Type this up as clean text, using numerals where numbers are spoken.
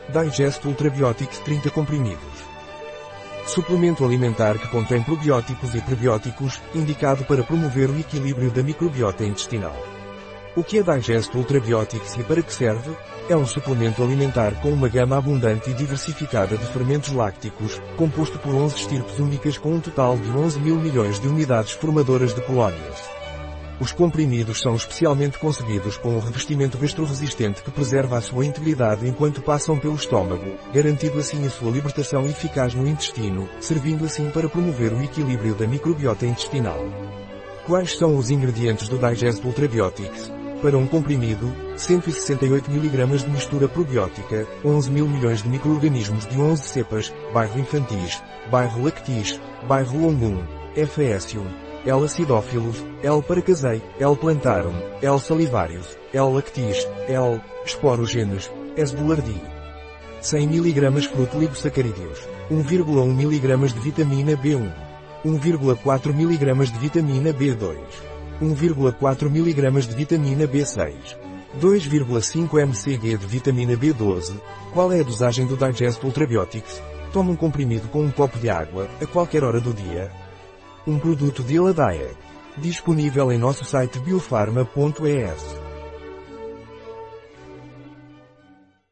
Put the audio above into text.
Digest Ultra Biotics 30 comprimidos. Suplemento alimentar que contém probióticos e prebióticos, indicado para promover o equilíbrio da microbiota intestinal. O que é Digest Ultra Biotics e para que serve? É um suplemento alimentar com uma gama abundante e diversificada de fermentos lácticos, composto por 11 estirpes únicas com um total de 11 mil milhões de unidades formadoras de colónias. Os comprimidos são especialmente concebidos com um revestimento gastroresistente que preserva a sua integridade enquanto passam pelo estômago, garantindo assim a sua libertação eficaz no intestino, servindo assim para promover o equilíbrio da microbiota intestinal. Quais são os ingredientes do Digest Ultra Biotics? Para um comprimido, 168 mg de mistura probiótica, 11 mil milhões de micro-organismos de 11 cepas, bairro infantis, bairro lactis, bairro longum, Faecium, L. acidófilos, L. paracasei, L. plantarum, L. salivarius, L. lactis, L. sporogenes, S. boulardii. 100 mg frutoligosacarídeos, 1,1 mg de vitamina B1, 1,4 mg de vitamina B2, 1,4 mg de vitamina B6, 2,5 mcg de vitamina B12. Qual é a dosagem do Digest Ultra Biotics? Tome um comprimido com um copo de água, a qualquer hora do dia. Um produto de Eladaia. Disponível em nosso site biofarma.es.